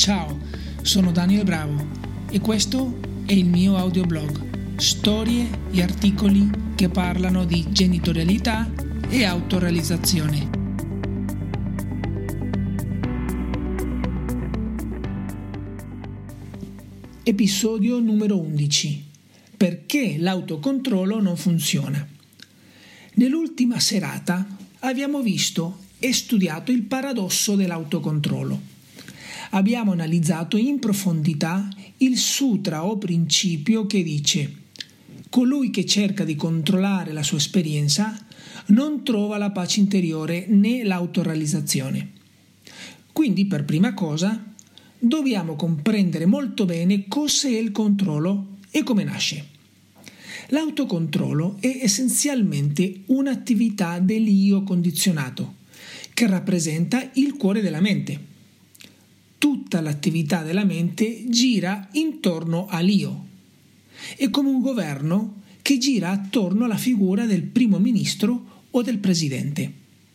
Ciao, sono Daniel Bravo e questo è il mio audioblog, storie e articoli che parlano di genitorialità e autorealizzazione. Episodio numero 11. Perché l'autocontrollo non funziona? Nell'ultima serata abbiamo visto e studiato il paradosso dell'autocontrollo. Abbiamo analizzato in profondità il sutra o principio che dice: colui che cerca di controllare la sua esperienza non trova la pace interiore né l'autorealizzazione. Quindi, per prima cosa, dobbiamo comprendere molto bene cos'è il controllo e come nasce. L'autocontrollo è essenzialmente un'attività dell'io condizionato, che rappresenta il cuore della mente. Tutta l'attività della mente gira intorno all'io. È come un governo che gira attorno alla figura del primo ministro o del presidente.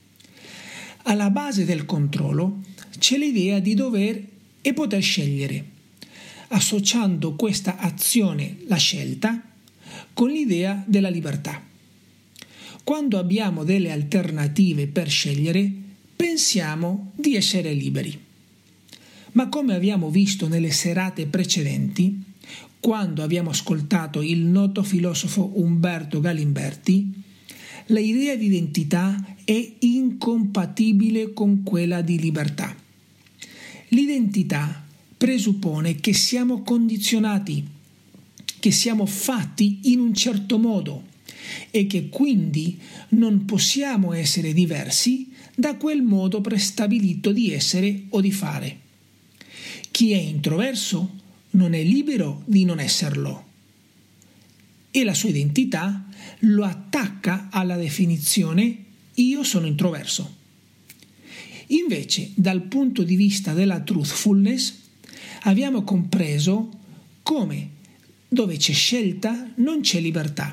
Alla base del controllo c'è l'idea di dover e poter scegliere, associando questa azione, la scelta, con l'idea della libertà. Quando abbiamo delle alternative per scegliere, pensiamo di essere liberi. Ma come abbiamo visto nelle serate precedenti, quando abbiamo ascoltato il noto filosofo Umberto Galimberti, l'idea di identità è incompatibile con quella di libertà. L'identità presuppone che siamo condizionati, che siamo fatti in un certo modo e che quindi non possiamo essere diversi da quel modo prestabilito di essere o di fare. Chi è introverso non è libero di non esserlo e la sua identità lo attacca alla definizione io sono introverso. Invece, dal punto di vista della truthfulness, abbiamo compreso come dove c'è scelta non c'è libertà.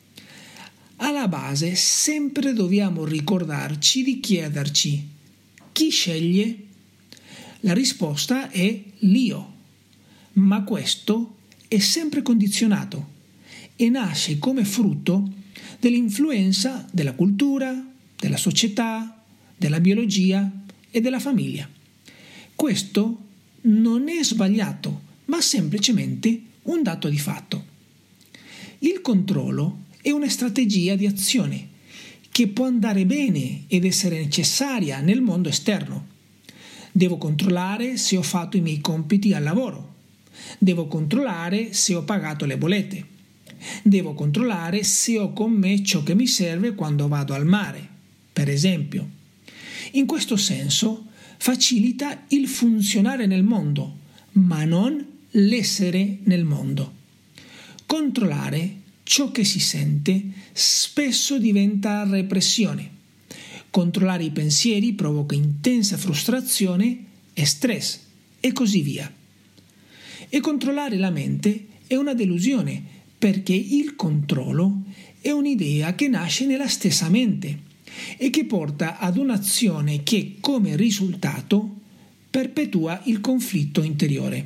Alla base sempre dobbiamo ricordarci di chiederci: chi sceglie? La risposta è l'io, ma questo è sempre condizionato e nasce come frutto dell'influenza della cultura, della società, della biologia e della famiglia. Questo non è sbagliato, ma semplicemente un dato di fatto. Il controllo è una strategia di azione che può andare bene ed essere necessaria nel mondo esterno. Devo controllare se ho fatto i miei compiti al lavoro. Devo controllare se ho pagato le bollette. Devo controllare se ho con me ciò che mi serve quando vado al mare, per esempio. In questo senso facilita il funzionare nel mondo, ma non l'essere nel mondo. Controllare ciò che si sente spesso diventa repressione. Controllare i pensieri provoca intensa frustrazione e stress e così via. E controllare la mente è una delusione perché il controllo è un'idea che nasce nella stessa mente e che porta ad un'azione che, come risultato, perpetua il conflitto interiore.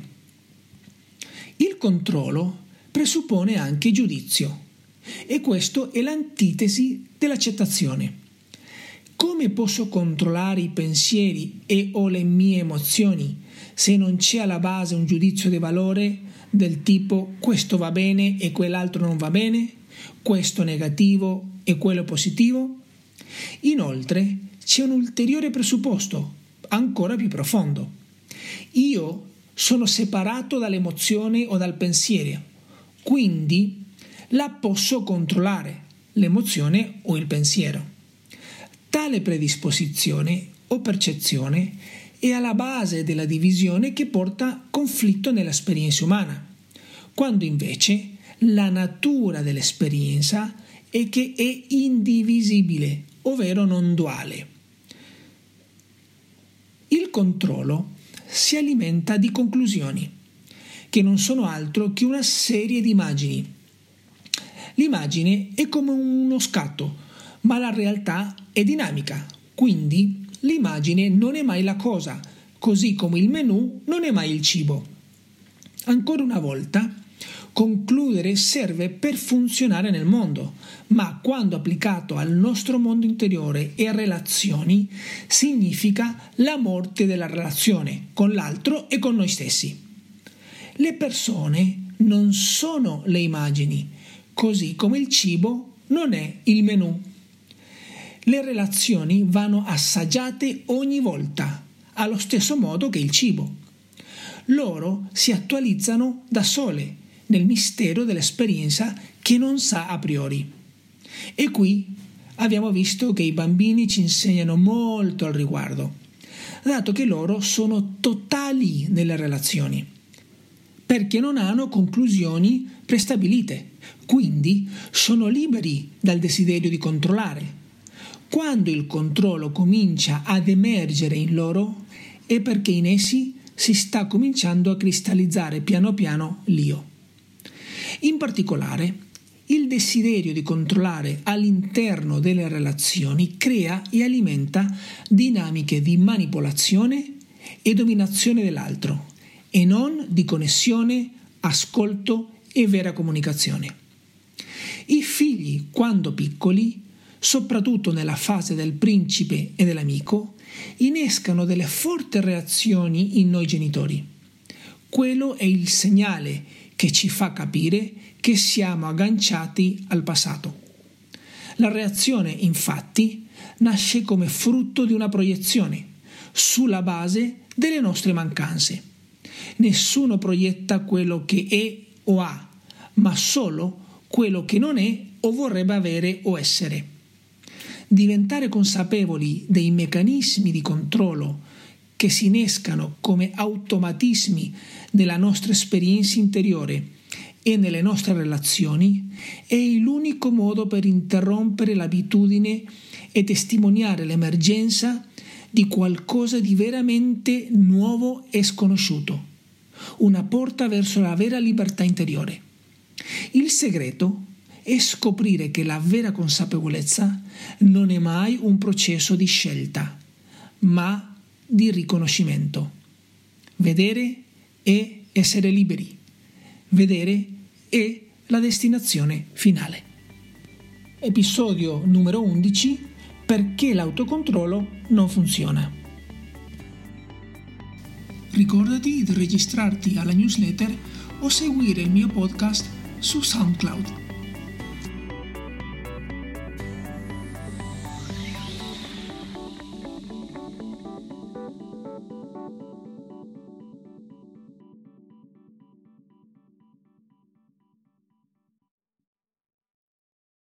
Il controllo presuppone anche giudizio e questo è l'antitesi dell'accettazione. Come posso controllare i pensieri e o le mie emozioni se non c'è alla base un giudizio di valore del tipo questo va bene e quell'altro non va bene, questo negativo e quello positivo? Inoltre c'è un ulteriore presupposto, ancora più profondo. Io sono separato dall'emozione o dal pensiero, quindi la posso controllare, l'emozione o il pensiero. Tale predisposizione o percezione è alla base della divisione che porta conflitto nell'esperienza umana, quando invece la natura dell'esperienza è che è indivisibile, ovvero non duale. Il controllo si alimenta di conclusioni, che non sono altro che una serie di immagini. L'immagine è come uno scatto, ma la realtà è dinamica, quindi l'immagine non è mai la cosa, così come il menù non è mai il cibo. Ancora una volta, concludere serve per funzionare nel mondo, ma quando applicato al nostro mondo interiore e relazioni, significa la morte della relazione con l'altro e con noi stessi. Le persone non sono le immagini, così come il cibo non è il menù. Le relazioni vanno assaggiate ogni volta, allo stesso modo che il cibo. Loro si attualizzano da sole nel mistero dell'esperienza che non sa a priori. E qui abbiamo visto che i bambini ci insegnano molto al riguardo, dato che loro sono totali nelle relazioni, perché non hanno conclusioni prestabilite, quindi sono liberi dal desiderio di controllare. Quando il controllo comincia ad emergere in loro è perché in essi si sta cominciando a cristallizzare piano piano l'io. In particolare, il desiderio di controllare all'interno delle relazioni crea e alimenta dinamiche di manipolazione e dominazione dell'altro, e non di connessione, ascolto e vera comunicazione. I figli, quando piccoli, soprattutto nella fase del principe e dell'amico, innescano delle forti reazioni in noi genitori. Quello è il segnale che ci fa capire che siamo agganciati al passato. La reazione, infatti, nasce come frutto di una proiezione sulla base delle nostre mancanze. Nessuno proietta quello che è o ha, ma solo quello che non è o vorrebbe avere o essere. Diventare consapevoli dei meccanismi di controllo che si innescano come automatismi nella nostra esperienza interiore e nelle nostre relazioni è l'unico modo per interrompere l'abitudine e testimoniare l'emergenza di qualcosa di veramente nuovo e sconosciuto, una porta verso la vera libertà interiore. Il segreto è scoprire che la vera consapevolezza non è mai un processo di scelta, ma di riconoscimento. Vedere è essere liberi. Vedere è la destinazione finale. Episodio numero 11: perché l'autocontrollo non funziona. Ricordati di registrarti alla newsletter o seguire il mio podcast su SoundCloud.